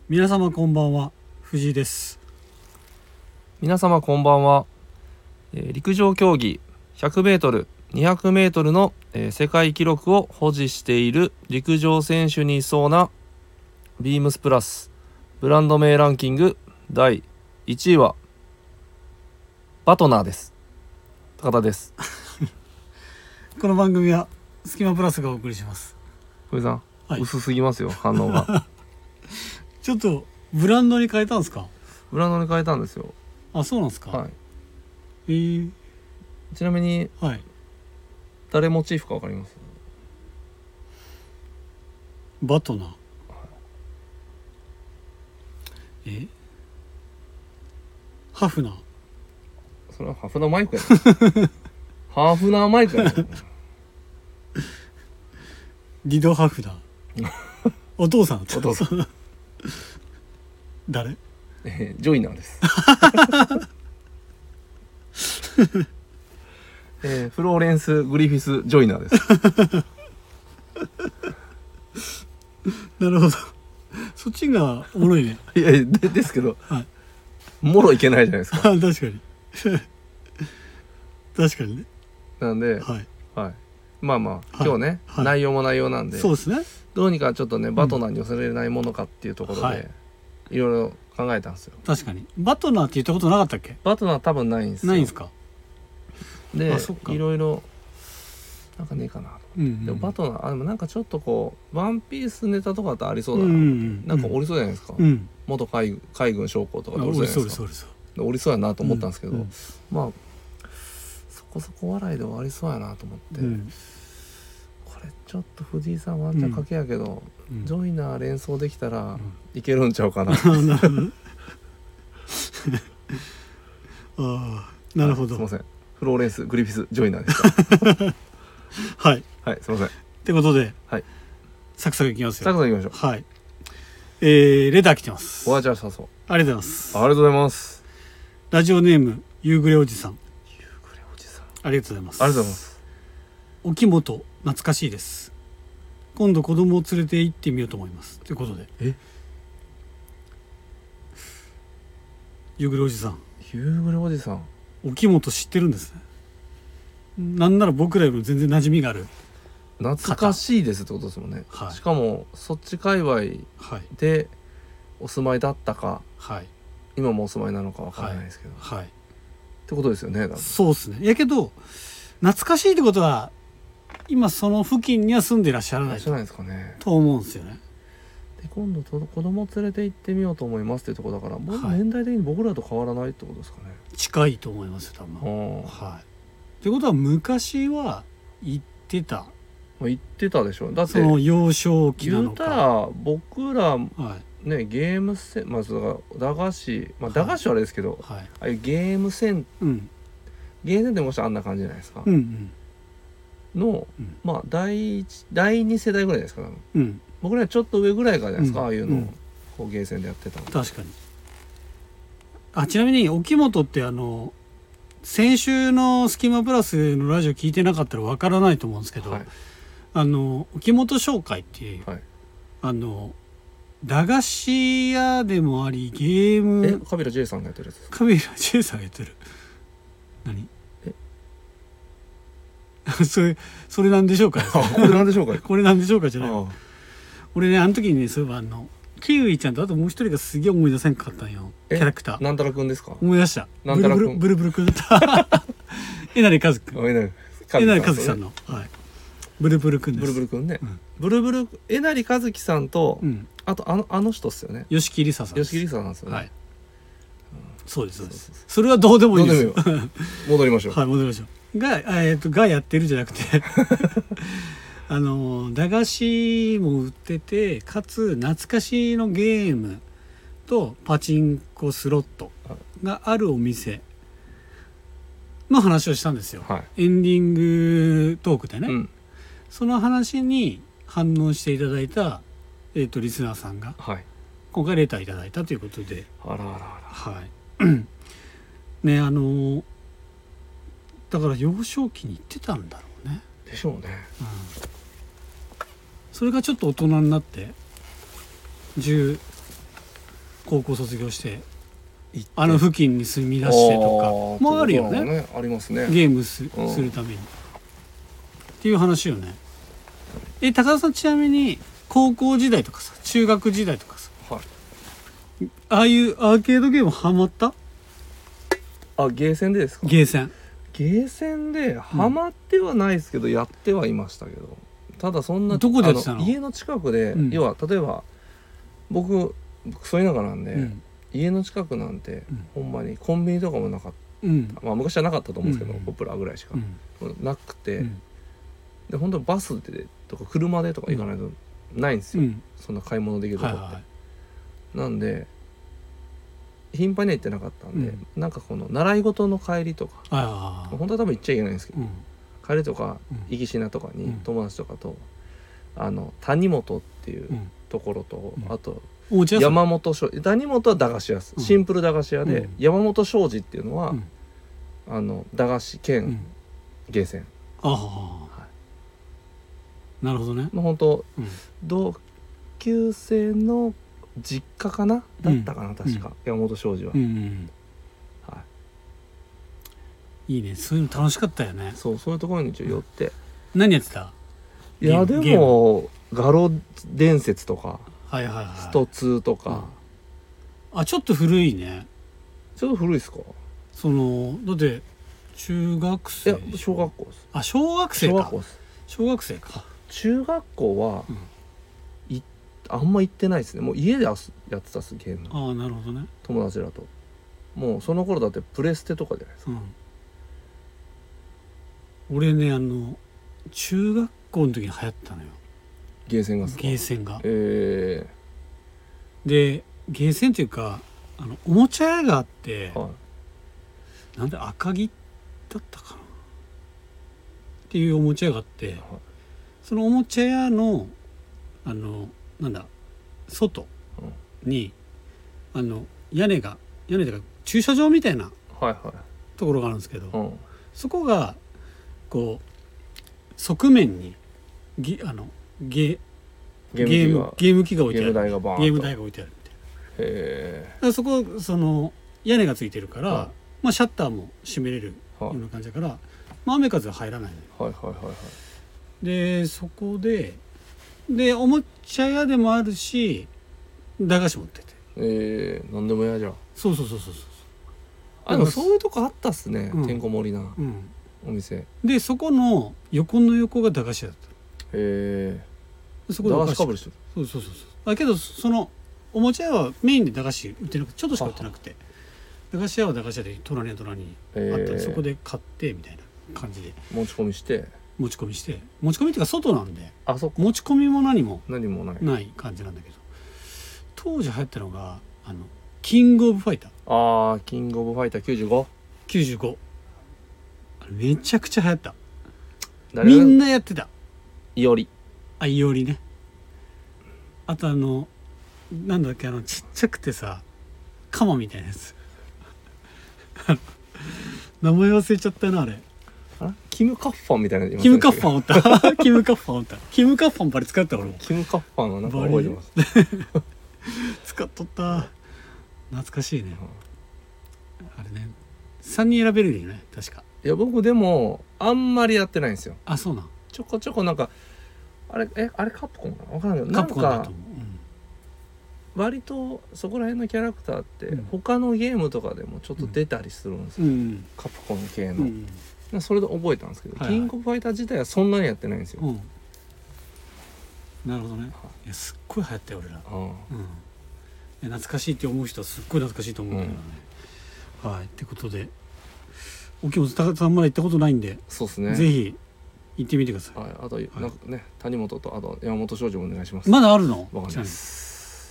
皆様こんばんは、藤井です。 皆様こんばんは。陸上競技 100m、200m の、世界記録を保持している陸上選手にいそうなビームスプラスブランド名ランキング第1位はバトナーです。高田です。 この番組はスキマプラスがお送りします。 小井さん、 はい、 薄すぎますよ反応が。 ちょっとブランドに変えたんですか？ ブランドに変えたんですよ。 あ、そうなんですか。 はい。 ちなみに、 はい、 誰モチーフかわかります？ バトナー、はい、ハフナー。 それはハフナーマイクやハーフナーマイクやディドハフナー。お父さん。 お父さん。 誰？ ジョイナーです。フローレンス・グリフィス・ジョイナーです。 なるほど。そっちがおもろいね。 いやですけど、 はい、 もろいけないじゃないですか。 確かに。確かにね。 なんで、 はいはい、まあまあ、 はい、 今日ね、はい、内容も内容なんで、 そうですね。 どうにかちょっとねバトナーに寄せられないものかっていうところで、はい、いろいろ考えたんですよ。 確かに。バトナーって言ったことなかったっけ？ バトナー多分ないんですよ。 ないんですか？ で、いろいろなんかねえかなと、でもバトナーでもなんかちょっとこうワンピースネタとかってありそうだな、なんかおりそうじゃないですか、元海軍将校とかでおりそうじゃないですか。おりそうやなと思ったんですけど、まあそこそこ笑いで終わりそうやなと思って、これちょっと藤井さんワンチャン賭けやけど、ジョイナー連想できたらいけるんちゃうかな。 あ、なるほど。 すいません、フローレンス・グリフィス・ジョイナーでした。 はいはい、すいません。 ってことで、はい、サクサクいきますよ。 サクサクいきましょう。 はい。レター来てます。 お、じゃあさそう。 ありがとうございます。 ありがとうございます。 ラジオネーム夕暮れおじさん。 夕暮れおじさん。 ありがとうございます。 ありがとうございます。 沖本懐かしいです。今度子供を連れて行ってみようと思いますということで。夕暮れおじさん。 夕暮れおじさん。 沖本知ってるんですね。なんなら僕らよりも全然馴染みがある。 懐かしいですってことですもんね、はい、しかもそっち界隈でお住まいだったか、はい、今もお住まいなのかわからないですけど、はいはい、ってことですよね。 そうですね。やけど懐かしいってことは今その付近には住んでいらっしゃらないじゃないですかねと思うんですよね。 で今度子供連れて行ってみようと思いますっていうところだから、もう年代的に僕らと変わらないってことですかね。 近いと思いますよ多分。はい。ってことは昔は行ってた。 言ってたでしょ。だってその幼少期なのか。 言うたら僕ら、ね、ゲームセン、駄菓子、駄菓子はあれですけど、ああいうゲームセン、ゲームセンってもしあんな感じじゃないですか、の、第2世代ぐらいですか、僕らちょっと上ぐらいからじゃないですか、ああいうのをこうゲーセンでやってたの。 確かに。ちなみに沖本って先週のスキマプラスのラジオ聞いてなかったらわからないと思うんですけど、沖本商会っていう、駄菓子屋でもありゲーム、 カビラ J さんがやってるやつですか？ カビラ J さんがやってる。何？それなんでしょうか。 これなんでしょうか。 これなんでしょうかじゃない。俺ね、あの時にね、そういえばキウイちゃんとあともう一人がすげえ思い出せんかったんよ。キャラクター。 なんたらくんですか？ 思い出した。 なんたらくん。 ブルブルくん。えなりかずくん。えなりかずきさんの。はい。ブルブルくんです。 ブルブルくんね。ブルブル、えなりかずきさんと、あとあの人っすよね。 吉木りささん。 吉木りさなんですよね。はい。 そうですそうです。それはどうでもいいですよ。 戻りましょう。 はい、戻りましょう。がやってるじゃなくて。駄菓子も売ってて、かつ懐かしのゲームとパチンコスロットがあるお店の話をしたんですよ、エンディングトークでね、その話に反応していただいた、リスナーさんが、今回レターいただいたということで、ね、だから幼少期に行ってたんだろうね。 でしょうね、 それがちょっと大人になって高校卒業してあの付近に住み出してとかもあるよね。 ありますね。 ゲームするためにっていう話よね。高田さん、ちなみに高校時代とかさ、中学時代とかさ、 はい、 ああいうアーケードゲームハマった？ ゲーセンでですか？ ゲーセンでハマってはないですけど、やってはいましたけど、ただそんなどこでやってたの？ 家の近くで、要は例えば僕クソ田舎なんで、家の近くなんて、ほんまにコンビニとかもなかった、まあ昔はなかったと思うんですけど、ポプラぐらいしか、なくて、で本当にバスでとか車でとか行かないとないんですよ、そんな買い物できるとこって、なんで頻繁には行ってなかったんで、なんかこの習い事の帰りとか、本当は多分行っちゃいけないんですけど、帰りとか行きしなとかに友達とかと、谷本っていうところと、あと山本商事、谷本は駄菓子屋、シンプル駄菓子屋で、山本商事っていうのは、駄菓子兼ゲーセン。 なるほどね。 本当、同級生の実家かな、だったかな、確か山本商事は、 いいね、そういうの楽しかったよね。 そういうところに寄って。 何やってた？ いやでもガロ伝説とか、スト2とか、 ちょっと古いね。 ちょっと古いですか？ だって中学生？いや小学校です。 小学生か。小学生か。 中学校は、あんま行ってないですね。もう家でやってたっす、ゲーム。 なるほどね。 友達らと。もうその頃だってプレステとかじゃないですか。 俺ね、中学校の時に流行ったのよ、 ゲーセンが。 でゲーセンっていうかおもちゃ屋があって、なんで赤城だったかなっていうおもちゃ屋があって、そのおもちゃ屋の外に屋根というか駐車場みたいなところがあるんですけど、そこがこう側面にゲーム機が置いてある、ゲーム台が置いてあるみたいな。そこ屋根がついてるから、シャッターも閉めれるような感じだから、雨風は入らないのよ。でそこでおもちゃ屋でもあるし駄菓子持ってて、 なんでも屋じゃん。 そうでもそういうとこあったっすね、てんこ盛りなお店で、そこの横の横が駄菓子屋だった。そこで駄菓子かぶりしてる。 そうだけどそのおもちゃ屋はメインで駄菓子売ってなくて、ちょっとしか売ってなくて、駄菓子屋は駄菓子屋で隣にあったんで、そこで買ってみたいな感じで持ち込みして持ち込みっていうか外なんで、持ち込みも何もない感じなんだけど、当時流行ったのがキングオブファイター。 キングオブファイター 95めちゃくちゃ流行った。みんなやってた。 いおりね。あとなんだっけ、ちっちゃくてさカマみたいなやつ名前忘れちゃったな、あれ。 キムカッファンみたいな。 キムカッファンおったキムカッファンバリ使った俺も。 キムカッファンはなんか覚えてます。 使っとった。懐かしいね、あれね。3人選べるよね確か。 いや僕でもあんまりやってないんですよ。 そうなん。 ちょこちょこなんかあれカプコンかな、分からんけど、 カプコンだと思う、割とそこら辺のキャラクターって他のゲームとかでもちょっと出たりするんですよ、カプコン系の、それで覚えたんですけど、キングオブファイター自体はそんなにやってないんですよ、 なるほどね。いやすっごい流行ったよ俺ら。懐かしいって思う人はすっごい懐かしいと思うんだけどね。はい、ってことで沖本高田さんまだ行ったことないんで、 そうですね、 ぜひ行ってみてください。 あとなんかね、谷本とあと山本商事もお願いします。 まだあるの？ わかんないです。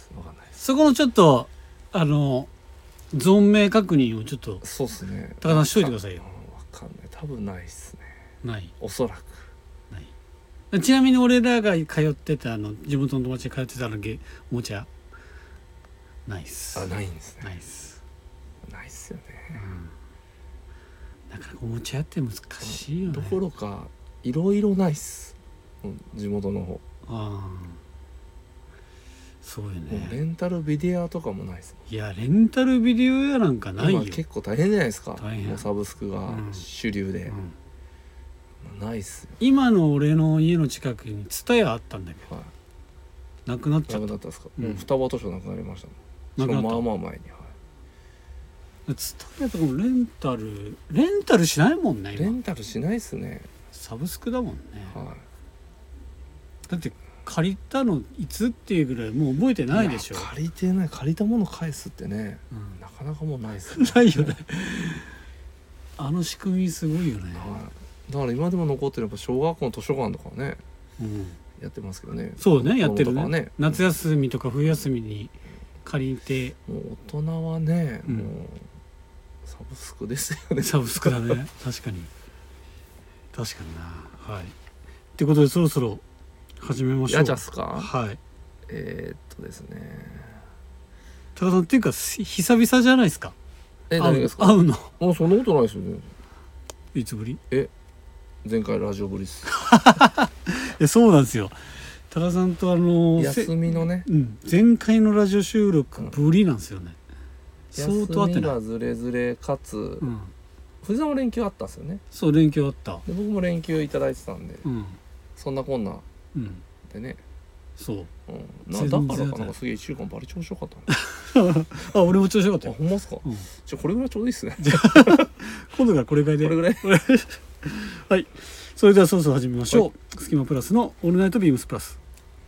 そこのちょっと存命確認をちょっとそうですね、 高田さんしといてくださいよ。 わかんない、多分ないっすね。 ない、 おそらくない。ちなみに俺らが通ってた地元の友達が通ってたおもちゃないっす。 ないんですね。 ないっす。 ないっすよね、 なかなかおもちゃ屋って難しいよね。 どころかいろいろないっす、地元の方。 そうよもうね。 レンタルビデオ屋とかもないです。 いやレンタルビデオ屋なんかないよ。 今結構大変じゃないですか。 大変もうサブスクが主流で、ないっすよ。 今の俺の家の近くにツタヤあったんだけど、 はい、 なくなっちゃった。 なくなったんですか。もう双葉図書なくなりましたもん。 なくなった。 まあまあ前に、 ツタヤとかもレンタルしないもんね。今レンタルしないっすね。 サブスクだもんね。 はい、 だって借りたのいつっていうぐらいもう覚えてないでしょ。 借りてない。借りたもの返すってね、なかなかもうないっすね。 ないよね。あの仕組みすごいよね。 はい、だから今でも残ってるやっぱ小学校の図書館とかね、やってますけどね。 そうね、やってるね。夏休みとか冬休みに借りて。 もう大人はね、もうサブスクですよね。 サブスクだね。確かにな。はい。ってことでそろそろ始めましょう。 やじゃっすか。 はい。 ですね。 高田さんっていうか久々じゃないですか。 何ですか。 会うの。 そんなことないですよね。 いつぶり？ 前回ラジオぶりっす。 そうなんですよ。高田さんと休みのね、 前回のラジオ収録ぶりなんですよね。 相当あってない。休みがずれずれかつ、藤沢も連休あったんですよね。 そう、連休あった。 で僕も連休いただいてたんで、そんなこんなでね。そう。だからかなんかすげえ1週間バリ調子よかったね。 あ、俺も調子よかったよ。 ほんまっすか。じゃこれぐらいちょうどいいっすね。 今度からこれぐらいで。 これぐらい。 はい。それではそろそろ始めましょう。スキマプラスのオールナイトビームスプラス。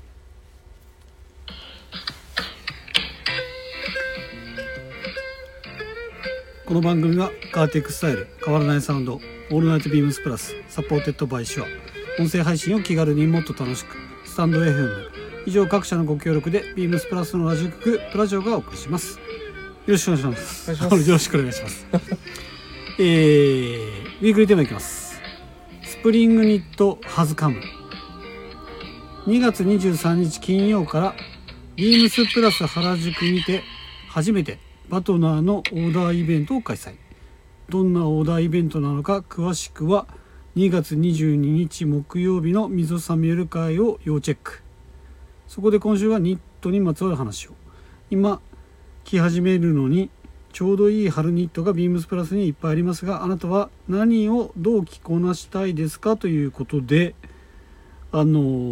この番組は変わっていくスタイル、変わらないサウンド、オールナイトビームスプラス、サポーテッドバイシュア。音声配信を気軽にもっと楽しく、スタンド FM。以上各社のご協力でビームスプラスのラジオ局プラジオがお送りします。よろしくお願いします。よろしくお願いします。ウィークリーテーマいきます。スプリングニットハズカム。2月23日金曜からビームスプラス原宿にて初めてバトナーのオーダーイベントを開催。どんなオーダーイベントなのか詳しくは2月22日木曜日の溝サミュエル会を要チェック。そこで今週はニットにまつわる話を。今着始めるのにちょうどいい春ニットがビームスプラスにいっぱいありますが、あなたは何をどう着こなしたいですかということで、バ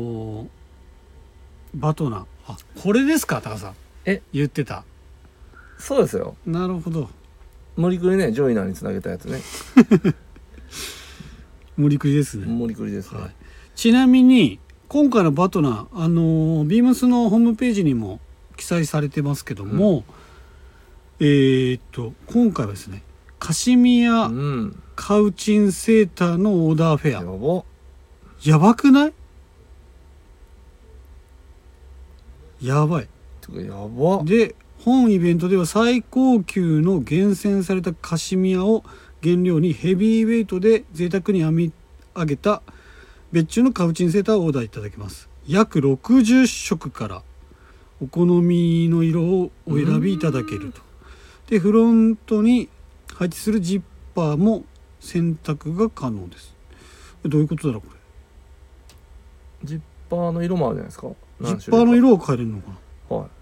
トナー、これですか、高さん。言ってた。 そうですよ。 なるほど。 無理くりね、ジョイナーにつなげたやつね。 無理くりですね。 無理くりですね。 ちなみに今回のバトナー、ビームスのホームページにも記載されてますけども、今回はですね、カシミヤカウチンセーターのオーダーフェア。やばくない？やばい。 やば。 で、本イベントでは最高級の厳選されたカシミヤを原料にヘビーウェイトで贅沢に編み上げた別注のカウチンセーターをオーダーいただけます。約60色からお好みの色をお選びいただけると。で、フロントに配置するジッパーも選択が可能です。どういうことだろうこれ。ジッパーの色もあるじゃないですか。 ジッパーの色を変えれるのかな。 はい。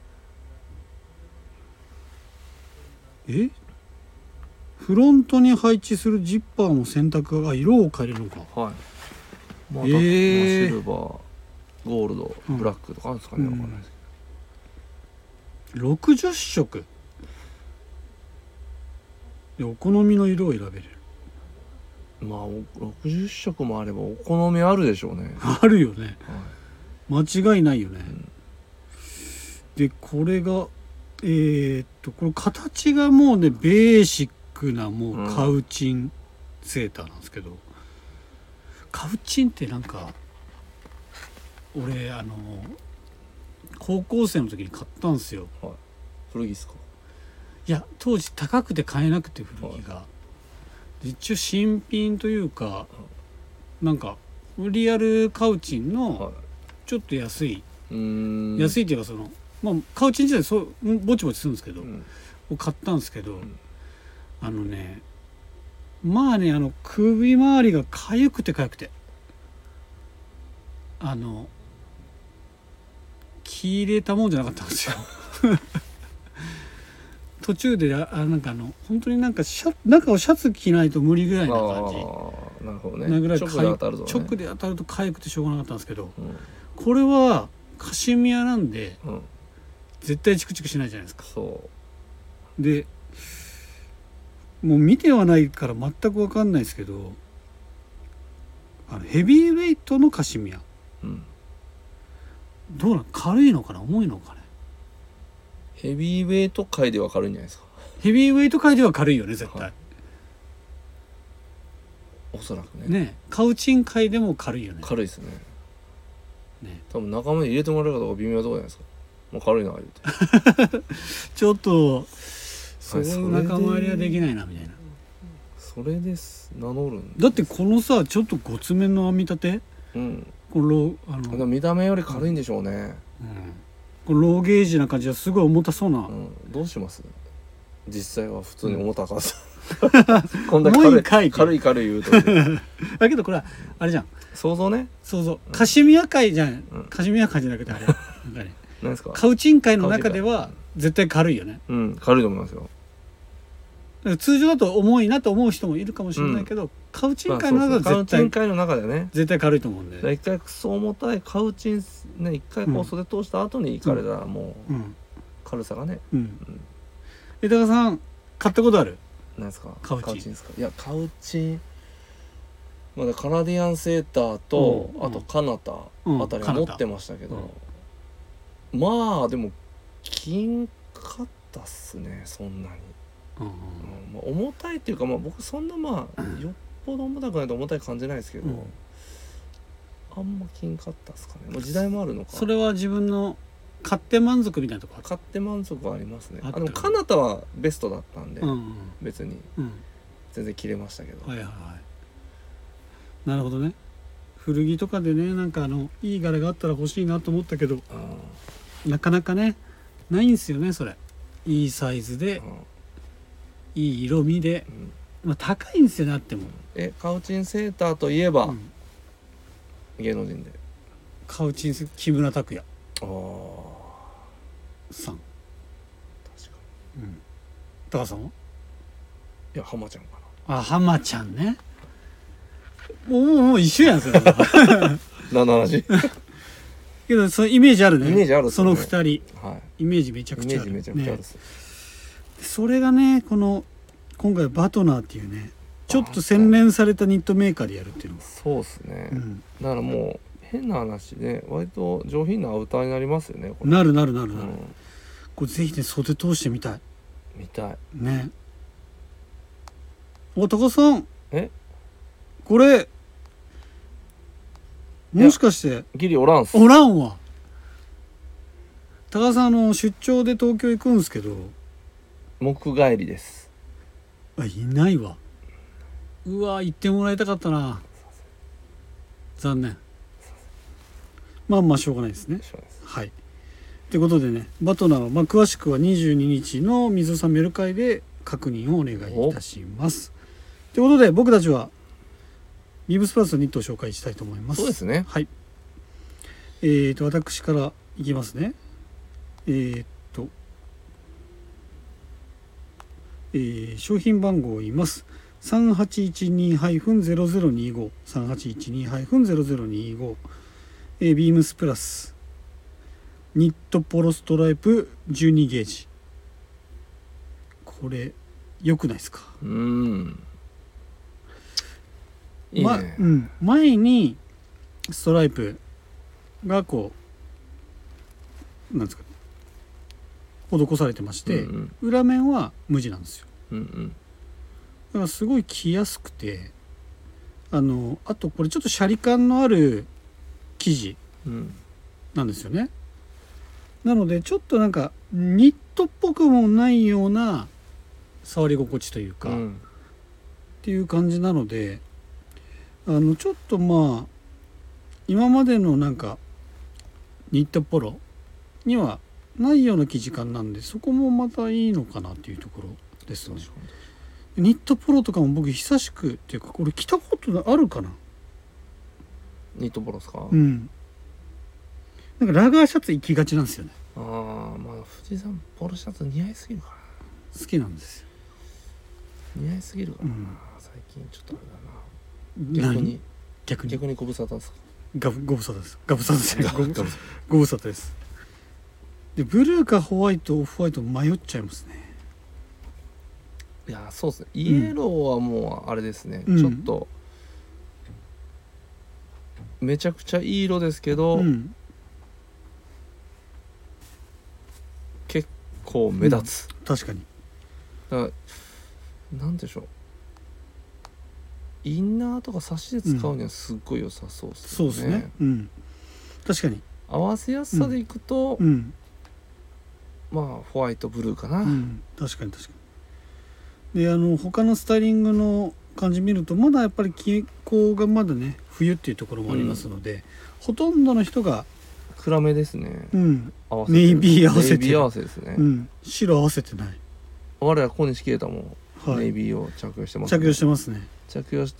フロントに配置するジッパーも選択が色を変えれるのか。 はい。シルバー、ゴールド、ブラックとかあるんですかね。わかんないですけど。60色でお好みの色を選べれる。 まあ60色もあればお好みあるでしょうね。 あるよね。間違いないよね。でこれがこれ形がもうねベーシックなもうカウチンセーターなんですけど、カウチンってなんか俺高校生の時に買ったんですよ。 古着っすか？ いや当時高くて買えなくて古着が、一応新品というか、なんかリアルカウチンのちょっと安いっていうかその、カウチン自体ぼちぼちするんですけど、を買ったんですけど、首周りがかゆくて着れたもんじゃなかったんですよ途中でなんか本当になんか中をシャツ着ないと無理ぐらいな感じ。 なるほどね。 なぐらい直で当たるとね。 直で当たると痒くてしょうがなかったんですけど、これはカシミヤなんで、絶対チクチクしないじゃないですか。 そうでもう見てはないから全く分かんないですけど、ヘビーウェイトのカシミヤ、どうなの、軽いのかな重いのかね。 ヘビーウェイト界では軽いんじゃないですか。 ヘビーウェイト界では軽いよね絶対、 おそらくね。 ね、カウチン界でも軽いよね。 軽いですね。 ね、 多分仲間に入れてもらえるかどうか微妙なところじゃないですか。もう軽いな言うてちょっとそういう仲間入りはできないなみたいな。 それです名乗るんだってこのさちょっとごつめの編み立て、このでも見た目より軽いんでしょうね、 このローゲージな感じはすごい重たそうな、 どうします実際は普通に重たかった、こんな軽い言うとだけどこれはあれじゃん、 想像ね、 想像、カシミヤ界じゃん、カシミヤ界じゃなくてあれなんかね何ですか、 カウチン界の中では絶対軽いよね。 軽いと思いますよ。 通常だと重いなと思う人もいるかもしれないけど、カウチン界の中でカウチン界の中でね絶対軽いと思うんで、 一回クソ重たいカウチンね、一回こう袖通した後に行かれたらもう軽さがね。 枝川さん買ったことある？ 何ですか？ カウチンですか？いやカウチンまだカナディアンセーターとあとカナタあたりは持ってましたけど、まあでも金かったっすね、そんなに。重たいっていうか、僕そんなよっぽど重たくないと重たい感じないですけど、あんま金かったっすかね。もう時代もあるのか。 それは自分の買って満足みたいなとこある？ 買って満足はありますね。でもカナタはベストだったんで、別に全然着れましたけど。 なるほどね。古着とかでね、なんかいい柄があったら欲しいなと思ったけど、なかなかねないんですよね。それいいサイズで、いい色味で、高いんですよね。あってもカウチンセーターといえば、芸能人でカウチン木村拓哉さん。 確かに高橋さんは？ いや浜ちゃんかな。浜ちゃんね。もう一緒やんそれ何の話けどそのイメージあるね。 イメージあるっすね。 その2人、イメージめちゃくちゃある。 イメージめちゃくちゃあるっす。 それがね今回バトナーっていうねちょっと洗練されたニットメーカーでやるっていうのがそうっすね、だからもう変な話ね、割と上品なアウターになりますよね。 なる、これぜひね袖通してみたいね。高須さんこれもしかしてギリおらんす。 おらんわ。高須さん出張で東京行くんですけど木帰りです。 いないわ。うわ行ってもらいたかったな。残念。しょうがないですね。はいということでね、バトナーは詳しくは22日の水さんメル会で確認をお願いいたします。ということで僕たちはビームスプラスのニットを紹介したいと思います。 そうですね。 はい。私からいきますね。商品番号を言います。3812-0025 3812-0025、ビームスプラスニットポロストライプ12ゲージ。これ良くないですか？いいね。前にストライプがこうなんですか施されてまして、裏面は無地なんですよ。だからすごい着やすくて、あとこれちょっとシャリ感のある生地なんですよね。なのでちょっとなんかニットっぽくもないような触り心地というか、っていう感じなので、ちょっと今までのなんかニットポロにはないような生地感なんで、そこもまたいいのかなっていうところですね。ニットポロとかも僕久しくっていうか、これ着たことあるかな。 ニットポロですか？ なんかラガーシャツ行きがちなんですよね。 ああ、まあ藤井さんポロシャツ似合いすぎるかな。好きなんですよ。 似合いすぎるかな、最近ちょっとあれだな。逆にご無沙汰ですか。 ご無沙汰です。ご無沙汰です。ご無沙汰です。でブルーかホワイトオフホワイト迷っちゃいますね。 いやそうですね。イエローはもうあれですね、ちょっとめちゃくちゃいい色ですけど、結構目立つ、 確かに。 だからなんでしょう、インナーとかサシで使うにはすっごい良さそうですね。 そうですね。確かに合わせやすさでいくと、まあホワイトブルーかな。 確かに。で他のスタイリングの感じ見るとまだやっぱり気候がまだね冬っていうところもありますので、ほとんどの人が暗めですね。 ネイビー合わせて、 ネイビー合わせですね。 白合わせてない。 我ら小西啓太もネイビーを着用してますね。着用してますね。 着用して、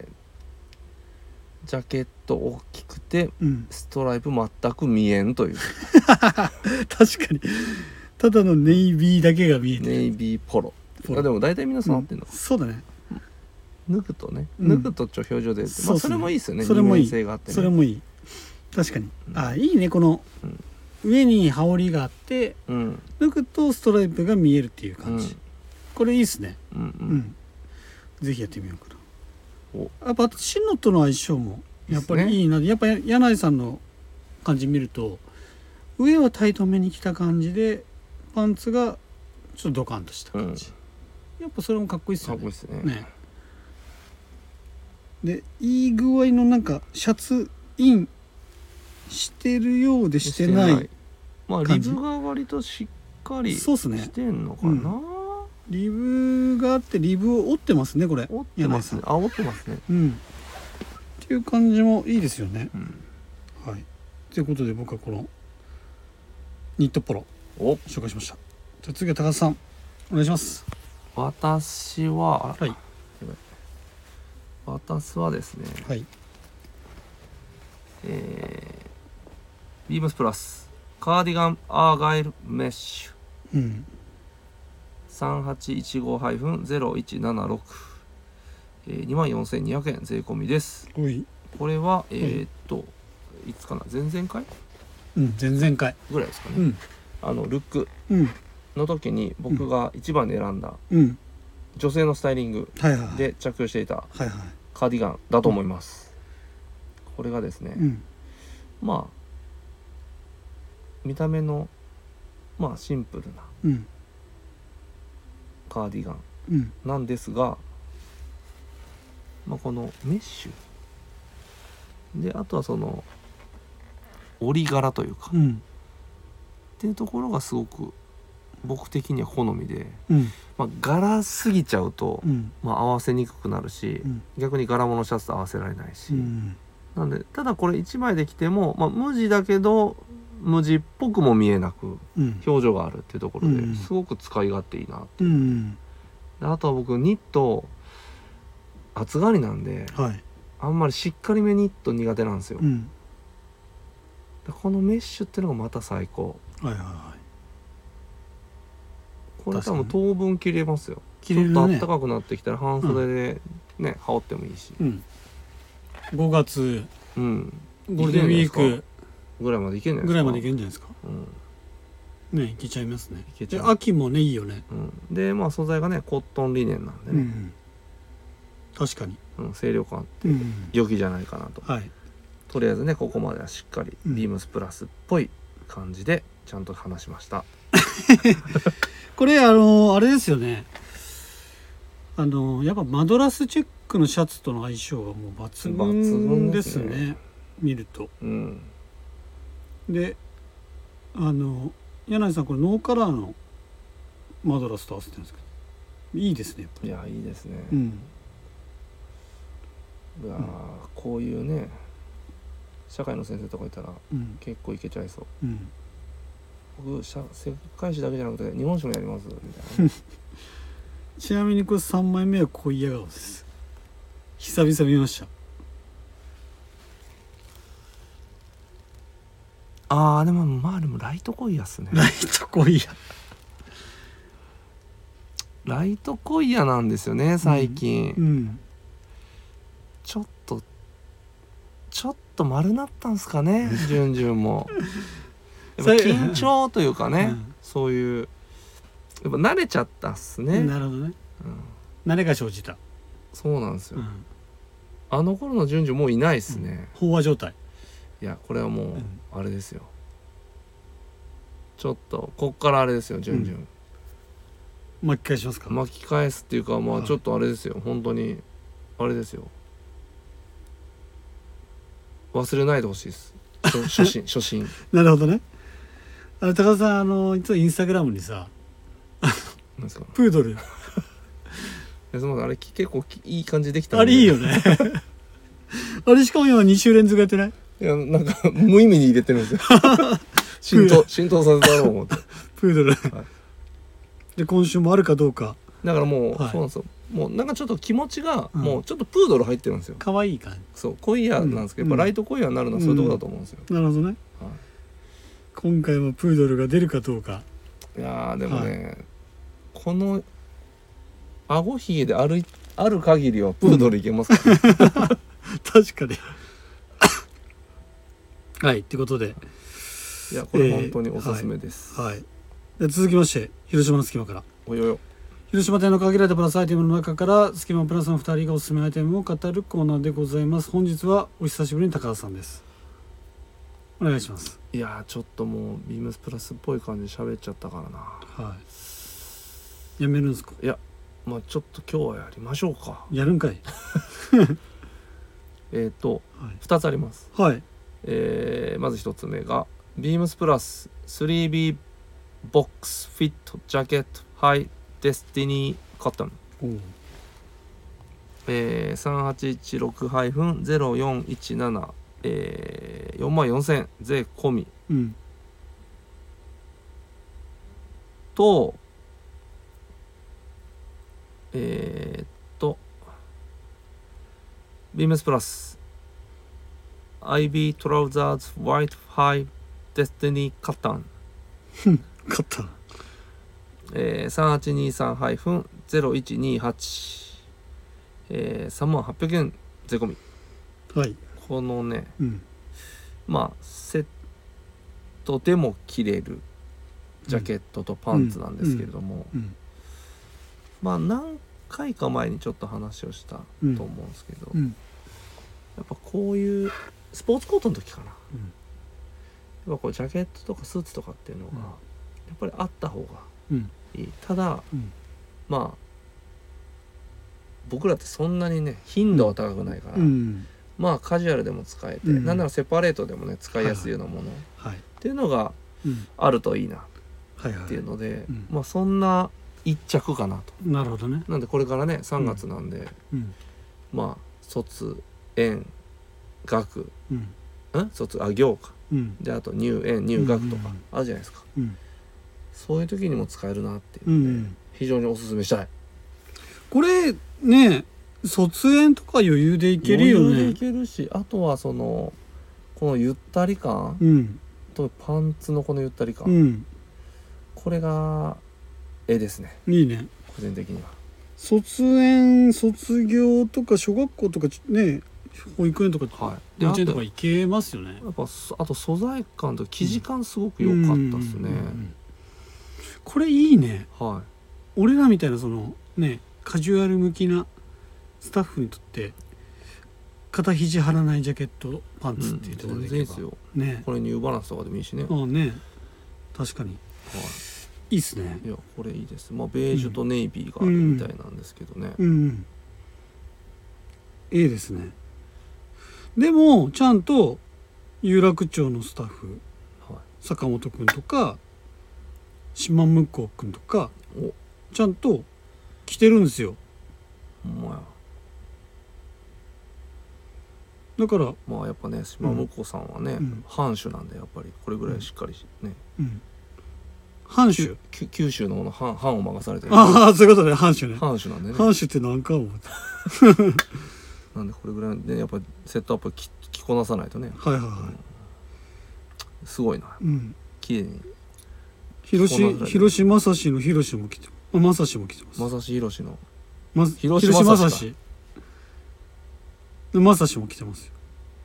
ジャケット大きくて、ストライプ全く見えんという確かにただのネイビーだけが見えてる。 ネイビーポロ。でも大体皆さん合ってんの、 そうだね。 脱ぐとね、脱ぐと表情で、まあそれもいいですよね。 それもいい。 二面性があってね。 それもいい。確かに。いいね、この上に羽織があって、脱ぐとストライプが見えるっていう感じ。これいいですね。ぜひやってみようかな。やっぱシノとの相性もやっぱりいいな。やっぱ柳井さんの感じ見ると上はタイトめに着た感じでパンツがちょっとドカンとした感じ、やっぱそれもかっこいいですよね。 かっこいいですね。 でいい具合のなんかシャツインしてるようでしてないまあリブが割としっかりしてんのかな。 リブがあってリブを折ってますね。これ折ってますね。折ってますね。 っていう感じもいいですよね。はい。ということで僕はこのニットポロを紹介しました。じゃあ次は高田さんお願いします。 私は私はですね、ビームスプラスカーディガンアーガイルメッシュ、3815-0176、24,200円税込みです。これはいつかな、前々回前々回ぐらいですかね、ルックの時に僕が一番に選んだ女性のスタイリングで着用していたカーディガンだと思います。これがですね、まあ見た目のまあシンプルなカーディガンなんですが、まあ、このメッシュで、あとはその織り柄というか、っていうところがすごく僕的には好みで、まあ、柄すぎちゃうと、まあ、合わせにくくなるし、逆に柄物シャツと合わせられないし、なんでただこれ1枚で着ても、まあ、無地だけど無地っぽくも見えなく、表情があるっていうところですごく使い勝手いいなって、であとは僕ニット暑がりなんで、あんまりしっかりめニット苦手なんですよ、でこのメッシュっていうのがまた最高。これ多分当分着れますよ。ちょっと暖かくなってきたら半袖でね、羽織ってもいいし、 5月、ゴールデンウィークぐらいまでいけんじゃないですか。 ぐらいまでいけんじゃないですか。ね、いけちゃいますね。で秋もねいいよね。 でまあ素材がねコットンリネンなんでね、 確かに、 清涼感あって良きじゃないかなと。とりあえずねここまではしっかりビームスプラスっぽい感じでちゃんと話しました。 これあれですよね。やっぱマドラスチェックのシャツとの相性がもう抜群ですね。見ると。で柳井さんこれノーカラーのマドラスと合わせてるんですけどいいですね。 いやいいですね。いやこういうね社会の先生とかいたら結構いけちゃいそう。僕世界史だけじゃなくて日本史もやりますみたいな。 ちなみにこれ3枚目は濃い笑顔です。久々見ました。 でもまあでもライトコイヤっすね。 ライトコイヤ。 ライトコイヤなんですよね最近、 うん、 ちょっと丸なったんすかねジュンジュンもやっぱ緊張というかね、そういうやっぱ慣れちゃったっすね。 なるほどね、慣れが生じた。 そうなんですよ、あの頃のジュンジュンもういないっすね、 飽和状態。 いやこれはもうあれですよ、ちょっとこっからあれですよジュンジュン、 巻き返しますか。 巻き返すっていうかまあちょっとあれですよ、本当にあれですよ、忘れないでほしいです初心なるほどね。高田さんいつもインスタグラムにさなんですかプードルすみません、あれ結構いい感じできたんで。 あれいいよねあれしかも今2週連続やってない？ いやなんか無意味に入れてるんですよ浸透させたろう思ってプードル、で今週もあるかどうかだからもう、そうなんですよ、もうなんかちょっと気持ちが、もうちょっとプードル入ってるんですよ。 可愛い感じ。 そうコイヤなんですけど、やっぱライトコイヤになるのはそういうとこだと思うんですよ、 なるほどね、今回もプードルが出るかどうか。 いやでもね、この顎ひげである限りはプードルいけますから、ね確かにはいってことで、 いやこれ本当におすすめです、 はい、で続きまして広島の隙間から。 およよ広島店の限られたプラスアイテムの中からスキマプラスの2人がおすすめアイテムを語るコーナーでございます。本日はお久しぶりに高田さんです。お願いします。 いやちょっともうビームスプラスっぽい感じで喋っちゃったからな。 はい。やめるんですか？ いやまあちょっと今日はやりましょうか。 やるんかい 2つあります。 はい。 まず1つ目がビームスプラス 3B ボックスフィットジャケットハイデスティニーコットン、3816-0417、44,000税込み、とビームスプラス IB トラウザーズホワイトハイデスティニーカッタン勝った。 3823-0128、38,000円税込み。 はい。 このね、まあセットでも着れるジャケットとパンツなんですけれども、まあ何回か前にちょっと話をしたと思うんですけど、やっぱこういうスポーツコートの時かな、やっぱこうジャケットとかスーツとかっていうのがやっぱりあった方がいい。ただ、まあ僕らってそんなにね頻度は高くないから、まあカジュアルでも使えて、なんならセパレートでもね使いやすいようなもの、っていうのがあるといいなっていうので、まあそんな一着かなと。 なるほどね。 なんでこれからね3月なんで、まあ卒園学、行か、であと入園入学とかあるじゃないですか、そういう時にも使えるなっていうので、非常におすすめしたい。 これね卒園とか余裕でいけるよね。 余裕でいけるし、あとはこのゆったり感、とパンツのこのゆったり感、これがですね。 いいね。 個人的には卒園卒業とか小学校とかね保育園とか幼稚園とか行けますよね。 やっぱあと素材感と生地感すごく良かったですね。 これいいね。 はい。 俺らみたいなそのねカジュアル向きなスタッフにとって肩肘張らないジャケットパンツっていうところでいけば、 全然いいですよね。これニューバランスとかでもいいしね。 ね確かに、いいっすね。 いやこれいいです。まあベージュとネイビーがあるみたいなんですけどね。 いいですね。でもちゃんと有楽町のスタッフ、坂本くんとか島向こうくんとかちゃんと着てるんですよ。だからまあやっぱね島向こうさんはね、藩主なんでやっぱりこれぐらいしっかりね、 藩主九州の藩を任されてる。 ああそういうことね。藩主ね。 藩主なんでね。 藩主って何か思ってなんでこれぐらいでやっぱりセットアップ着こなさないとね。 すごいな。綺麗に。 広島まさしの広島も来てまさしも来てます。 まさし広しの広島まさしまさしも来てますよ。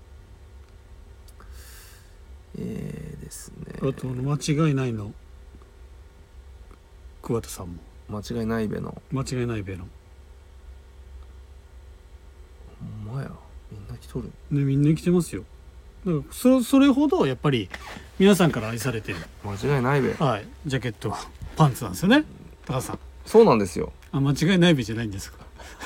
ですね。 あと間違いないの桑田さんも間違いないべの間違いないべのほんまや、みんな来とるね、みんな来てますよ。だからそれほどやっぱり皆さんから愛されてる間違いないべ、 はい、ジャケットパンツなんですよね、高橋さん。 そうなんですよ。 間違いないべじゃないんですか。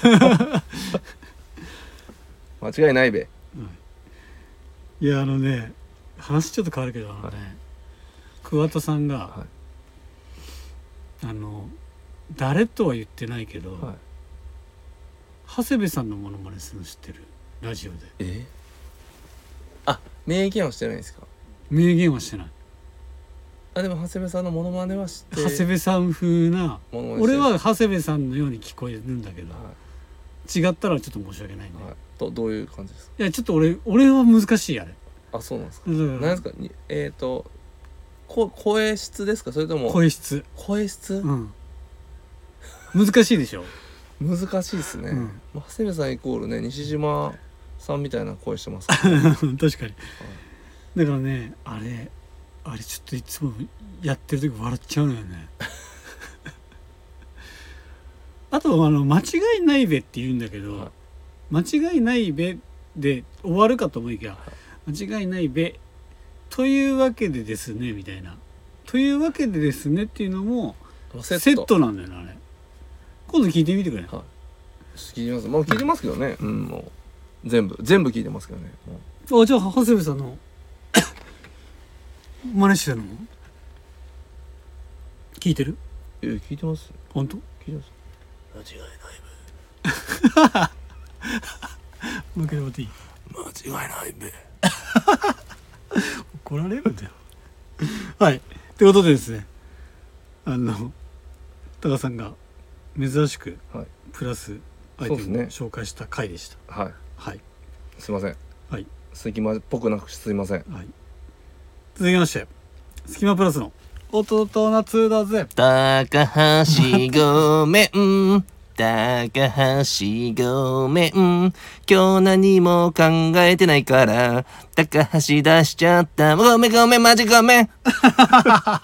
間違いないべ、 いやね、話ちょっと変わるけど桑田さんが、はい、誰とは言ってないけど、はい、長谷部さんのモノマネするの知ってる？ラジオで。 名言はしてないんですか？ 名言はしてない。 でも長谷部さんのモノマネはして、 長谷部さん風な、俺は長谷部さんのように聞こえるんだけど、はい、違ったらちょっと申し訳ないね、はい、 どういう感じですか？ いやちょっと俺は難しいあれ。 そうなんですか。何ですか？声質ですか？それとも声質、難しいでしょ。 難しいですね、長谷部さんイコールね西島さんみたいな声してますから、ね、 確かに、だからねあれちょっといつもやってる時笑っちゃうのよね。あと間違いないべって言うんだけど、間違いないべで終わるかと思いきや、間違いないべというわけでですねみたいな、というわけでですねっていうのもセットなんだよねあれ。今度聞いてみてくれ。 聞いてます。聞いてますけどね。もう全部聞いてますけどね。 じゃあ長谷部さんの真似してるの聞いてる？ 聞いてます。 本当？ 聞いてます。間違いないべ。もう一回待っていい？ 間違いないべ。 怒られるんだよ。はい。ということでですね、高さんが珍しくプラスアイテムを紹介した回でした。 はい。 はい。 すいません。 はい。 隙間っぽくなくすいません。 はい。続きまして、スキマプラスの弟夏だぜ。 高橋ごめん。高橋ごめん。今日何も考えてないから高橋出しちゃった。ごめんマジごめん。 高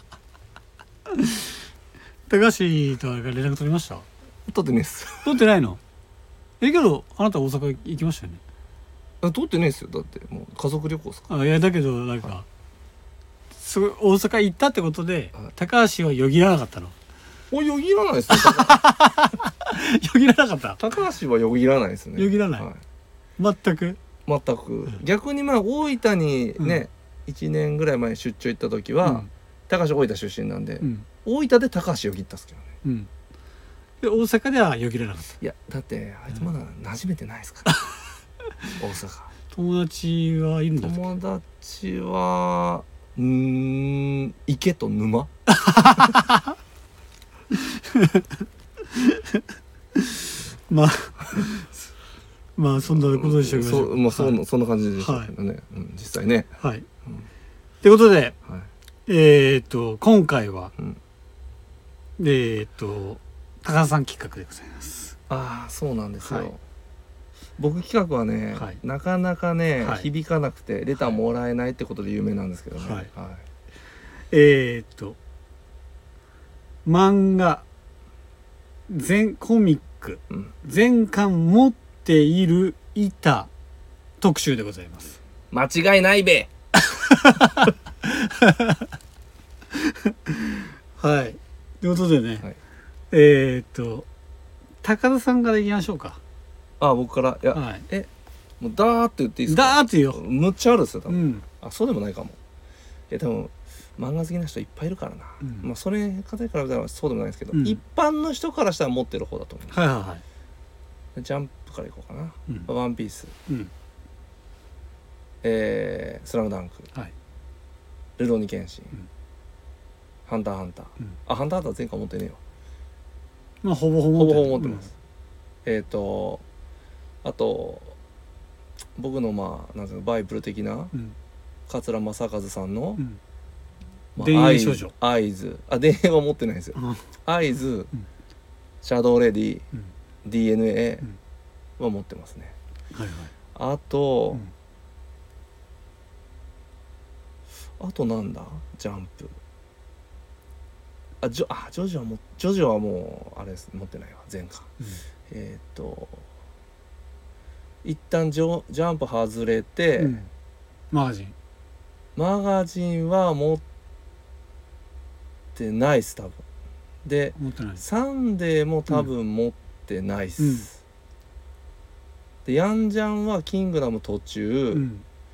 橋とは連絡取りました？ 取ってないっす。 取ってないの？けどあなた大阪行きましたよね。 取ってないっすよ。だってもう家族旅行っすか。 いやだけどなんか、大阪行ったってことで、高橋はよぎらなかったの？ よぎらないですよ。 よぎらなかった。 高橋はよぎらないですね。 よぎらない、全く逆に大分にね、1年ぐらい前出張行った時は、高橋大分出身なんで、大分で高橋よぎったっすけどね、 で大阪ではよぎらなかった。 いやだってあいつまだ馴染めてないですから、大阪。 友達はいるんですか？ 友達は池と沼。 まあそんなことでしょうけど、 そんな感じでしたけどね、実際ね。 はい。ということで、今回は高田さん企画でございます。 そうなんですよ。僕企画はね、なかなかね響かなくてレターもらえないってことで有名なんですけどね。 漫画コミック全巻持っている板特集でございます。 間違いないべ。 はい。ということでね、高田さんからいきましょうか。 僕から。いや、もうダーって言っていいですか？ ダーって言うよ。 むっちゃあるんですよ多分。そうでもないかも。多分漫画好きな人いっぱいいるからな、それ方から見たらそうでもないですけど、一般の人からしたら持ってる方だと思う。ジャンプからいこうかな。ワンピース、スラムダンク、ルローニケンシン、ハンターハンター、ハンターハンター前回持ってねえよ。ほぼ持ってます。あと僕のなんていうのバイブル的な、 桂正和さんの、 田園少女合図田園は持ってないんですよ。合図、シャドウレディ、DNA は持ってますね。あと、あとなんだジャンプジョジョはもうあれです持ってないわ前回、一旦ジャンプ外れて、 マガジンは持ってないっす多分でサンデーも多分持ってないっす、でヤンジャンはキングダム途中、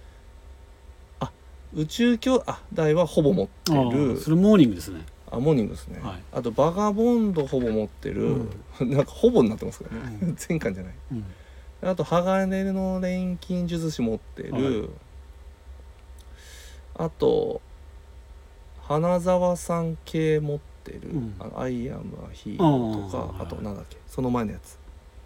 宇宙兄弟はほぼ持ってる。 それモーニングですね。 モーニングですね、あとバガボンドほぼ持ってる、なんかほぼになってますからね、全巻じゃない、あと鋼の錬金術師持ってる、あと花澤さん系持ってる、アイアムアヒーローとか、あとなんだっけその前のやつ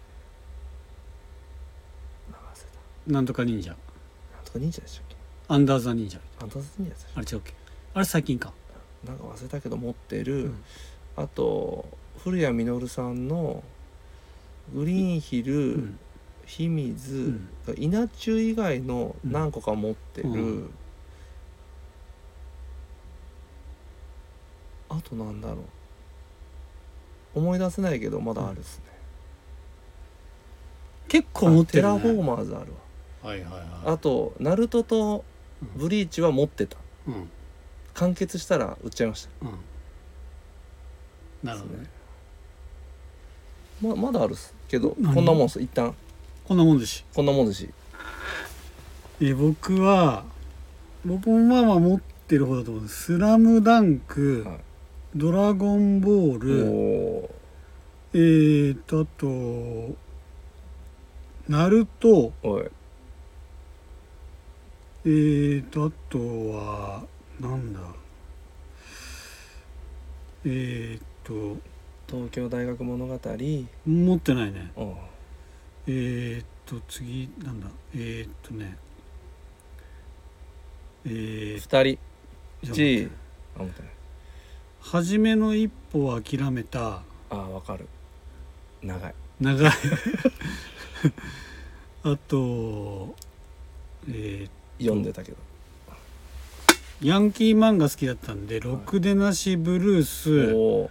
なんとか忍者でしたっけ、 アンダーザ忍者あれ違うっけ、あれ最近かなんか忘れたけど持ってる、あと古谷実さんのグリーンヒル、秘密、稲中以外の何個か持ってる、あとなんだろう思い出せないけどまだあるっすね、 結構持ってる、 テラフォーマーズあるわ、あとナルトとブリーチは持ってた、完結したら売っちゃいました、 なるほどね。 まだあるっすけどこんなもんっす。一旦こんなもんですし、僕もまあ持ってる方だと思う。スラムダンク、ドラゴンボール、あとナルト、あとはなんだ、 東京大学物語持ってないね。次なんだ、2 人1 初めの一歩を諦めた。 わかる、長いあと読んでたけどヤンキー漫画好きだったんで、ろくでなしブルース、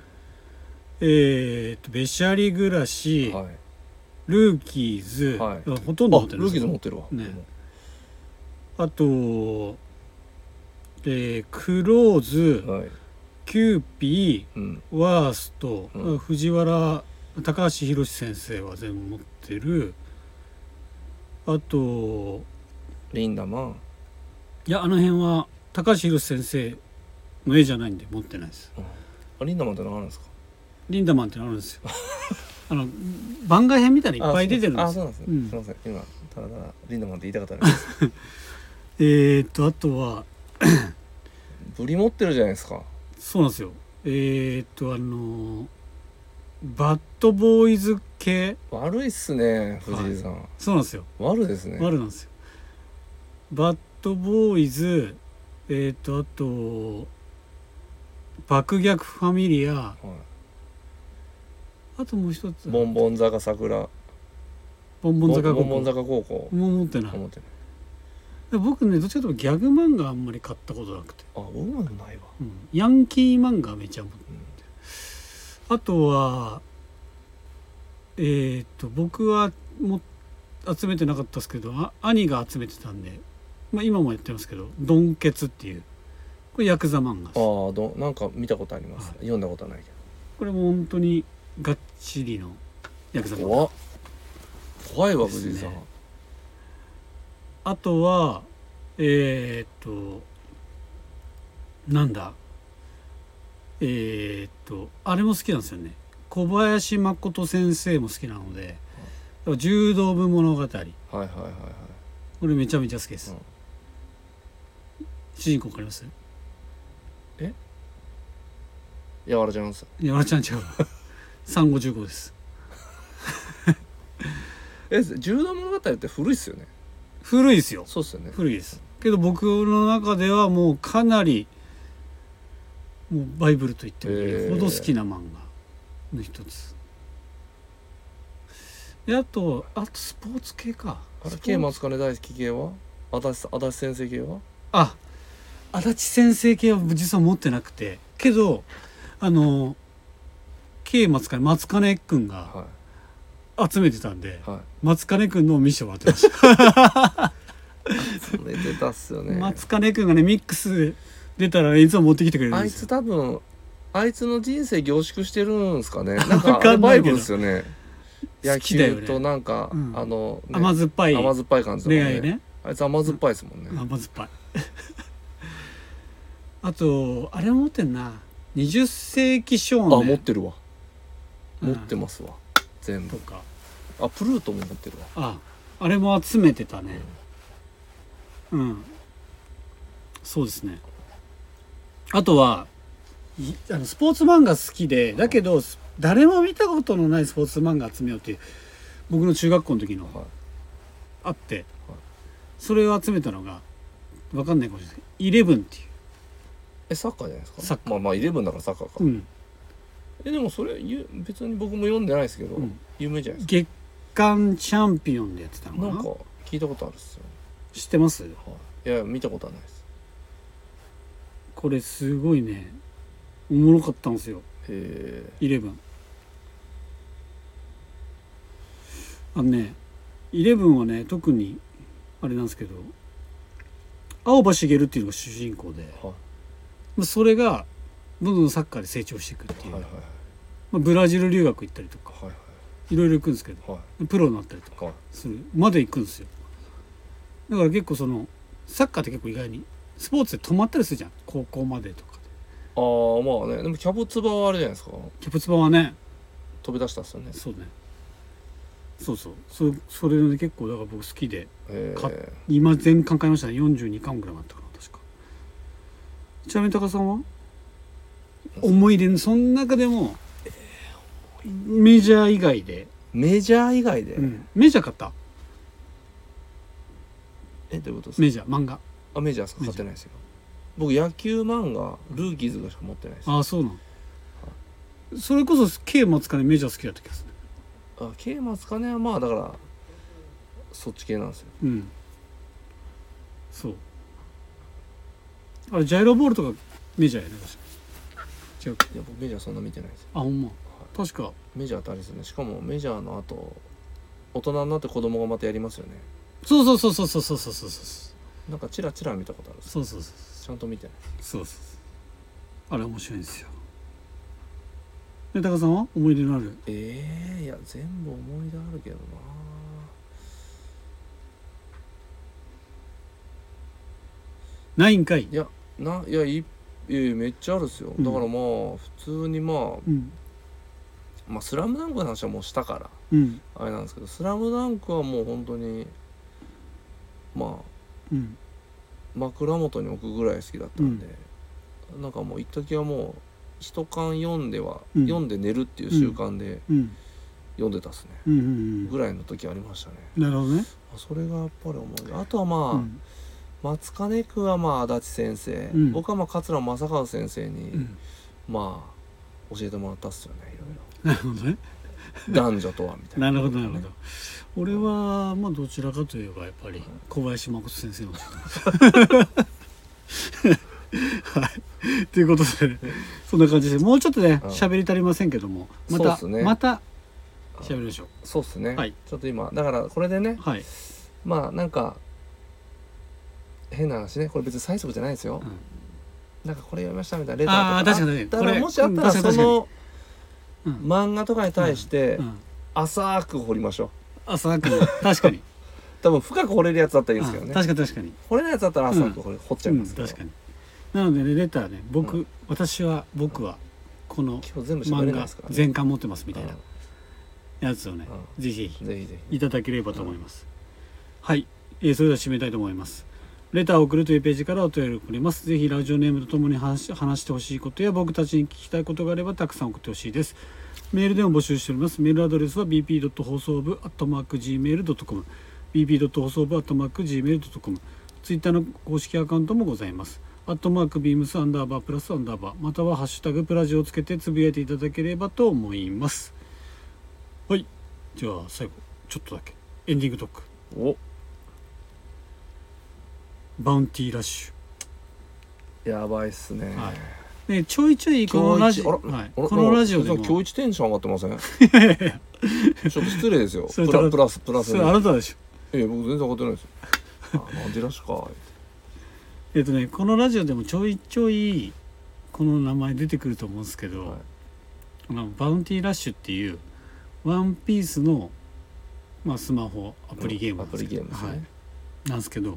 べしゃり暮らし、ルーキーズ、ほとんど持ってる。 ルーキーズ持ってるわ、 あとクローズ、キューピー、ワースト、藤原高橋宏先生は全部持ってる。あとリンダマン、 いやあの辺は高橋宏先生の絵じゃないんで持ってないです。 リンダマンって何あるんですか？ リンダマンってのあるんですよ番外編みたいにいっぱい出てるんですよ。 そうなんですね、すいません、今ただリンダマンって言いたかったんですあとはブリ持ってるじゃないですか。 そうなんですよ。バッドボーイズ系悪いっすね藤井さん、 そうなんですよ。 悪ですね。 悪なんですよ。バッドボーイズ、あと爆逆ファミリア、あともう一つボンボン坂桜、 ボンボン坂高校もう持ってない。僕ねどっちかというとギャグ漫画あんまり買ったことなくて、 僕もないわ、 ヤンキー漫画めちゃ持ってる、あとは僕は集めてなかったですけど兄が集めてたんで、今もやってますけどドンケツっていうこれヤクザ漫画です。 なんか見たことあります、読んだことはないけど、 これも本当にがっちりのヤクザ漫画。 怖いわ藤井さん。 あとはなんだあれも好きなんですよね。小林誠先生も好きなので、柔道部物語、これめちゃめちゃ好きです、主人公わかります？ やわらちゃんす。 やわらちゃん違う産後15です柔道物語って古いっすよね。 古いですよ。 そうっすよね。 古いです。 けど僕の中ではもうかなりもうバイブルと言ってもいいほど好きな漫画の一つで、あとスポーツ系か。 K 松金大好き系は足立先生系は足立先生系は実は持ってなくて、けどK 松金くんが集めてたんで、はい、松金くんのを見せてもらってました集めてたっすよね。 松金くんがねミックス出たらいつも持ってきてくれるんですよ。 あいつ多分あいつの人生凝縮してるんですかね。なんかバイブルですよね。野球となんか、 ね、甘酸っぱい感じだもんね。ね、あいつ甘酸っぱいですもんね。 甘酸っぱいあとあれ持ってんな、20世紀少年。 持ってるわ、持ってますわ全部とか。プルートも持ってるわ。 あれも集めてたね。そうですね。あとはスポーツ漫画好きで、だけど誰も見たことのないスポーツ漫画集めようっていう僕の中学校の時のあって、それを集めたのが分かんないかもしれない。11っていう。 サッカーじゃないですか。サッカー。まあ11だからサッカーか。でもそれ別に僕も読んでないですけど、有名じゃないですか。 月刊チャンピオンでやってたのかな。 なんか聞いたことあるっすよ。 知ってます？ いや見たことはないです。 これすごいねおもろかったんですよ。11。11はね特にあれなんですけど、青葉茂っていうのが主人公で、それがどんどんサッカーで成長していくっていう、ブラジル留学行ったりとか、いろいろ行くんですけど、プロになったりとかするまで行くんですよ。だから結構サッカーって結構意外にスポーツで止まったりするじゃん、高校までとかで。 まあね。でもキャブツバはあれじゃないですか。 キャブツバはね飛び出したっすよね。 そうね。それで結構だから僕好きで、今全巻買いましたね。42巻ぐらいあったかな確か。ちなみに高さんは思い出のその中でもメジャー以外で、 メジャー買った？どういうことですか？ メジャー漫画。 メジャーしか買ってないですよ。僕野球漫画ルーキーズがしか持ってないです。 そうなの。それこそ K 松金メジャー好きだった気がする。 K 松金はまあだからそっち系なんですよ。 そう。あれジャイロボールとかメジャーやね確か。違う。 いや僕メジャーそんな見てないですよ。 ほんま。確かメジャーってあれですね。しかもメジャーの後大人になって子供がまたやりますよね。 そう。 なんかチラチラ見たことある。 そう。 ちゃんと見てない。そう。 あれ面白いんですよ。で高さんは思い出のある？ いや全部思い出あるけどな。 ないんかい。 いやめっちゃあるっすよ。だからまあ普通にまあスラムダンクの話はもうしたから、あれなんですけど、スラムダンクはもう本当に枕元に置くぐらい好きだったんで、なんかもう一時はもう一巻読んで寝るっていう習慣で読んでたっすね、ぐらいの時ありましたね。 なるほどね。 それがやっぱり思い出。あとは松金君は足立先生、僕は桂正和先生に教えてもらったっすよね、いろいろ。 なるほどね。 男女とはみたいな。 なるほど。俺はどちらかといえばやっぱり小林誠先生の教えてますはい。ということでそんな感じでもうちょっとね喋り足りませんけども、また喋りましょう。 そうっすね。ちょっと今だからこれでね、なんか変な話ね、これ別に催促じゃないですよ。なんかこれ読みましたみたいなレターとかあったら、もしあったらその漫画とかに対して浅く掘りましょう。 浅く確かに多分深く掘れるやつだったらいいんですけどね。 確かに掘れないやつだったら浅く掘っちゃいますけど。 確かに。なのでねレターね僕はこの漫画全巻持ってますみたいなやつをねぜひいただければと思います。はい、それでは締めたいと思います。レターを送るというページからお便りをくれます。ぜひラジオネームとともに話してほしいことや僕たちに聞きたいことがあればたくさん送ってほしいです。メールでも募集しております。メールアドレスは bp. 放送部@gmail.com bp. 放送部@gmail.com ツイッターの公式アカウントもございます。@beams_+_ またはハッシュタグプラジオをつけてつぶやいていただければと思います。はい、じゃあ最後ちょっとだけエンディングトーク。 お、 バウンティーラッシュやばいっすね。 はい、ね、ちょいちょいこのラジオ、はい、このラジオでも今日一テンション上がってません？ちょっと失礼ですよ。プラスそれあなたでしょ。僕全然上がってないですよ。バウンティーラッシュか。 このラジオでもちょいちょいこの名前出てくると思うんですけど、はい、バウンティーラッシュっていうワンピースの、スマホアプリゲームなんですけど、はい、なんですけど、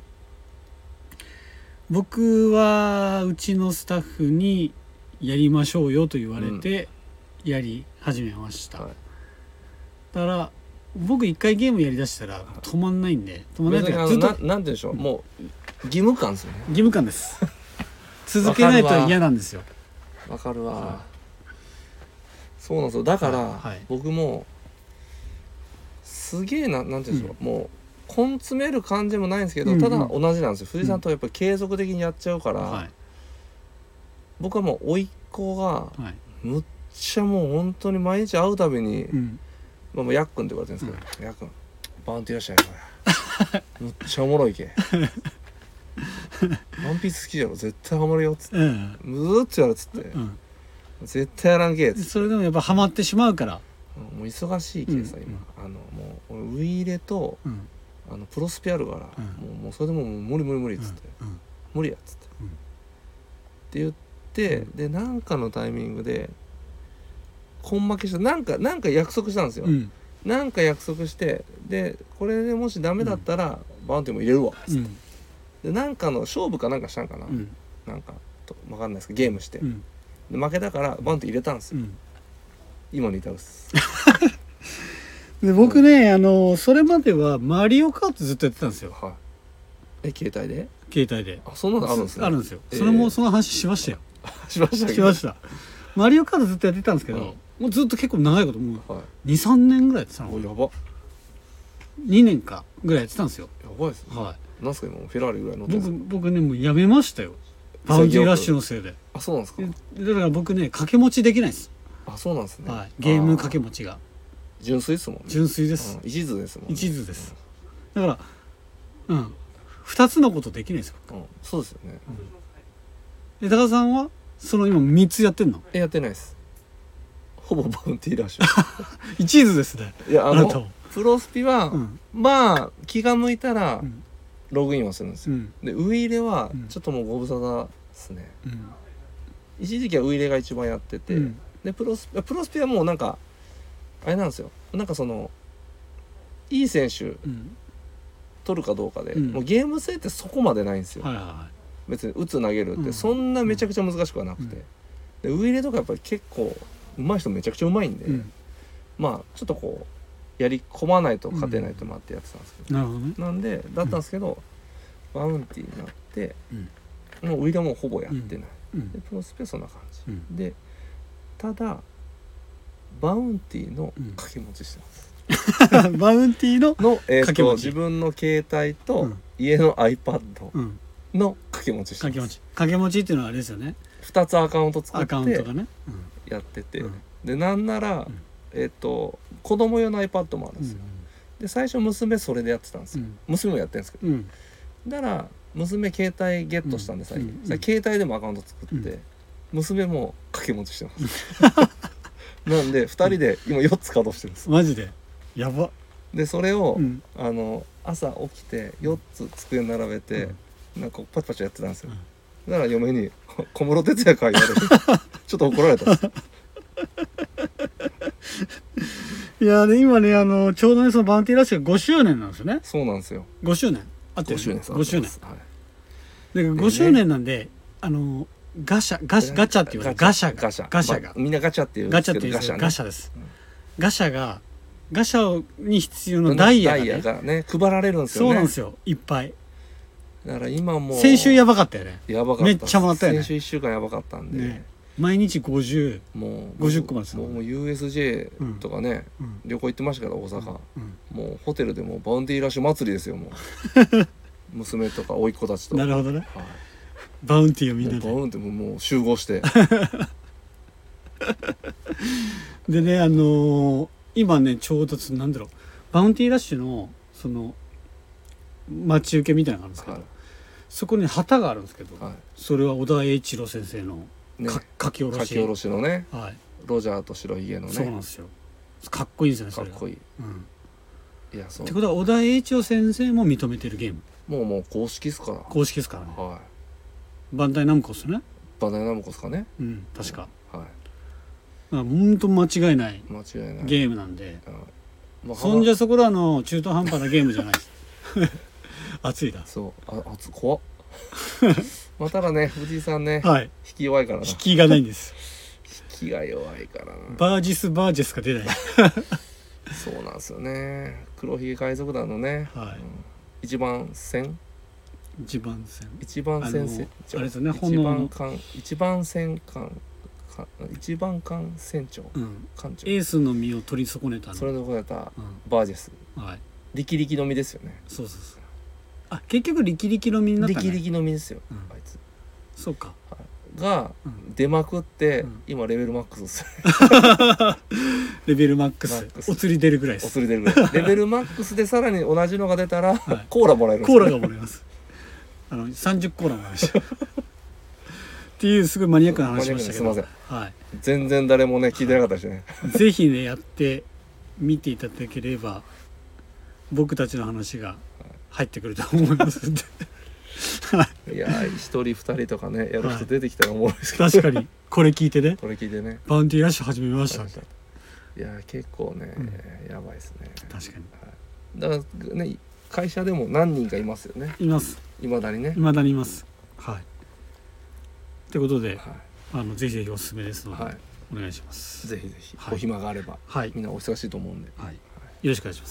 僕はうちのスタッフにやりましょうよと言われてやり始めました、はい、だから僕一回ゲームやりだしたら止まんないんで、止まんないというかずっとなんて言うんでしょう、もう義務感ですよね。 義務感です続けないと嫌なんですよ。 わかるわ、はい、そうなんですよ。だから、はい、僕もすげえなんて言うんでしょう、もう根詰める感じもないんですけど、ただ同じなんですよ。藤井さんとやっぱり継続的にやっちゃうから、僕はもう甥っ子がむっちゃもう本当に毎日会うたびに、もうやっくんって言われてるんですけど、やっくんバウンティーらっしゃいからむっちゃおもろいけワンピース好きじゃろ絶対ハマるよっつって、ずーっとやるっつって、絶対やらんけっつって。 それでもやっぱハマってしまうから、 もう忙しいけさ、今もうウイイレと、プロスピあるから、もうそれでもう無理っつって、無理やっつって、って言って、でなんかのタイミングで根負けした、なんか約束したんですよ、なんか約束して、でこれでもしダメだったら、バウンティーも入れるわっつって、でなんかの勝負かなんかしたんかな、なんか分かんないですけどゲームして、で負けたからバウンティー入れたんですよ、今に至るっすで僕ね、それまではマリオカートずっとやってたんですよ。 はい、携帯でそんなのあるんですね。あるんですよ。その話しましたよしましたマリオカートずっとやってたんですけど、もうずっと結構長いこともう 2,3 年ぐらいやってたの。 やば。 2年かぐらいやってたんですよ。 やばいですね。はい。なんすか今フェラーリぐらい乗ってますか？僕ねもうやめましたよ、バウンティーラッシュのせいで。 あ、そうなんですか。だから僕ね掛け持ちできないです。 あ、そうなんですね。 はい、ゲーム掛け持ちが純粋ですもんね。 純粋です。 一途ですもんね。 一途です。だから2つのことできないですよ。 そうですよね。 高田さんはその今3つやってんの？ やってないです。ほぼバウンティーラッシュ一途ですね。 いやプロスピは、まあ気が向いたらログインはするんですよ、でウイイレはちょっともうご無沙汰ですね、一時期はウイイレが一番やってて、でプロスピはもうなんかあれなんですよ、なんかそのいい選手取るかどうかで、もうゲーム性ってそこまでないんですよ、別に打つ投げるってそんなめちゃくちゃ難しくはなくて、でウイイレとかやっぱり結構上手い人めちゃくちゃ上手いんで、まあちょっとこうやり込まないと勝てないと思ってやってたんですけど、なんでだったんですけど、バウンティーになって、もうウイイレはもうほぼやってない、でプロスピはそんな感じ、でただバウンティーの掛け持ちしてます、 バウンティーの掛け持ち、自分の携帯と家の iPad の掛け持ちしてます。 掛け持ちっていうのはあれですよね、 2つアカウント作ってアカウントがね、 やってて、でなんなら、子供用の iPad もあるんですよ、で最初娘それでやってたんですよ、娘もやってるんですけど、だから娘携帯ゲットしたんで最近、携帯でもアカウント作って、娘も掛け持ちしてますなんで2人で今4つ稼働してるんです。 マジでやば。 でそれを、朝起きて4つ机に並べて、なんかパチパチやってたんですよ、だから嫁に「小室哲哉か」言われてちょっと怒られたんですいやで今ねちょうどねそのバウンティーラッシュが5周年なんですよね。 そうなんですよ。 5周年あってる。5周年 5周年、 で5周年なんでガチャっていうガシャがみんなガチャっていうガチャっていうガシャです、ガシャに必要なダイヤがね配られるんですよね。 そうなんですよ、いっぱい。 だから今も先週やばかったよね。 やばかった、 めっちゃもらったよね。 先週1週間やばかったんで、 毎日50個まで。 もう USJ とかね、旅行行ってましたから大阪、もうホテルでもバウンティーラッシュ祭りですよ。もう娘とか甥っ子たちと。 なるほどね、 はい、 バウンティーをみんなでバウンティーもう集合してでね今ねちょうどなんだろうバウンティーラッシュのその待ち受けみたいなのがあるんですけど、はい、そこに旗があるんですけど、はい、それは小田栄一郎先生のね、 書き下ろしのね、 はい、 ロジャーと白ひげのね。 そうなんですよ。かっこいいですよね。 かっこいい、 いやそうってことは小田栄一郎先生も認めてるゲーム、 もう公式っすから。 公式っすからね、 はい、 バンダイナムコっすね。 バンダイナムコっすかね、 確か、 はい、 ほんと間違いないゲームなんで、そんじゃそこらの中途半端なゲームじゃないです熱いだそう熱怖っまあただね藤井さんね、 はい、 引き弱いからな。 引きがないんです引きが弱いからな。 バージスバージェスが出ないそうなんですよね。黒ひげ海賊団のね、 はい、 一番戦一番戦あれですね、一番戦艦船長、艦長、 エースの身を取り損ねたそれでこたバージェス、 はい、 力力の実ですよね。 そうそうそう、あ結局力力の実になったね。 力力の実ですよ、あいつそうか、 が出まくって、今レベルマックスですレベルマックスお釣り出るぐらいです。 お釣り出るぐらいレベルマックスでさらに同じのが出たら、コーラもらえるんです、 コーラがもらえます。30コーラもらえましたっていうすごいマニアックな話しましたけど、 すいません、はい、全然誰もね聞いてなかったですねぜひねやってみていただければ僕たちの話が入ってくると思いますんでいや1人2人とかねやる人出てきたらおもろいですけど、 確かにこれ聞いてねバウンティーラッシュ始めました。いや結構ね、やばいですね。 確かに、 だからね会社でも何人かいますよね。 います、 いまだにね、 いまだにいます。はいということで、ぜひぜひおすすめですので、お願いします。 ぜひぜひ、お暇があれば、みんなお忙しいと思うんで、よろしくお願いします。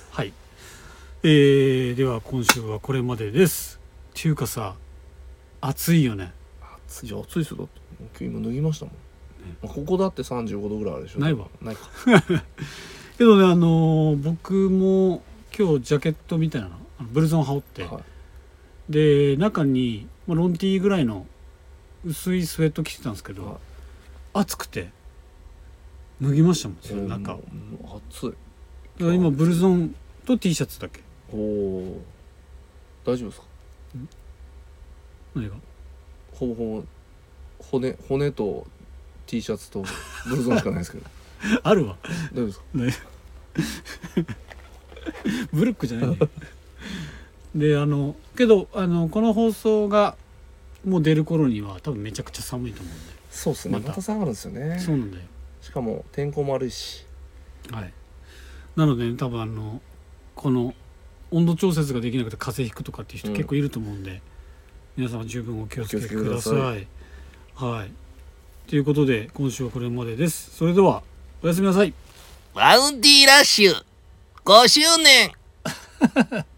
はい、では今週はこれまでです。っていうかさ、暑いよね。 暑いですよ。だって今日脱ぎましたもん、ここだって35度ぐらいあるでしょ。 ないわ。 ないかけどね、僕も今日ジャケットみたいなブルゾン羽織って、で中にロンティーぐらいの薄いスウェット着てたんですけど、暑くて脱ぎましたもん。中暑い。だから今ブルゾンと T シャツだけ。 おお、大丈夫ですか？ 何が？ ほぼ骨と T シャツとブルゾンしかないですけどあるわ。 大丈夫ですか？ ブルックじゃないんだよでけどこの放送がもう出る頃には多分めちゃくちゃ寒いと思うんで。 そうですね、また下がるんですよね。 そうなんだよ。 しかも天候も悪いし、 はい、なので、多分この温度調節ができなくて風邪ひくとかっていう人結構いると思うんで、皆さんは十分お気をつけください。はい、ということで今週はこれまでです。それではおやすみなさい。 バウンティーラッシュ5周年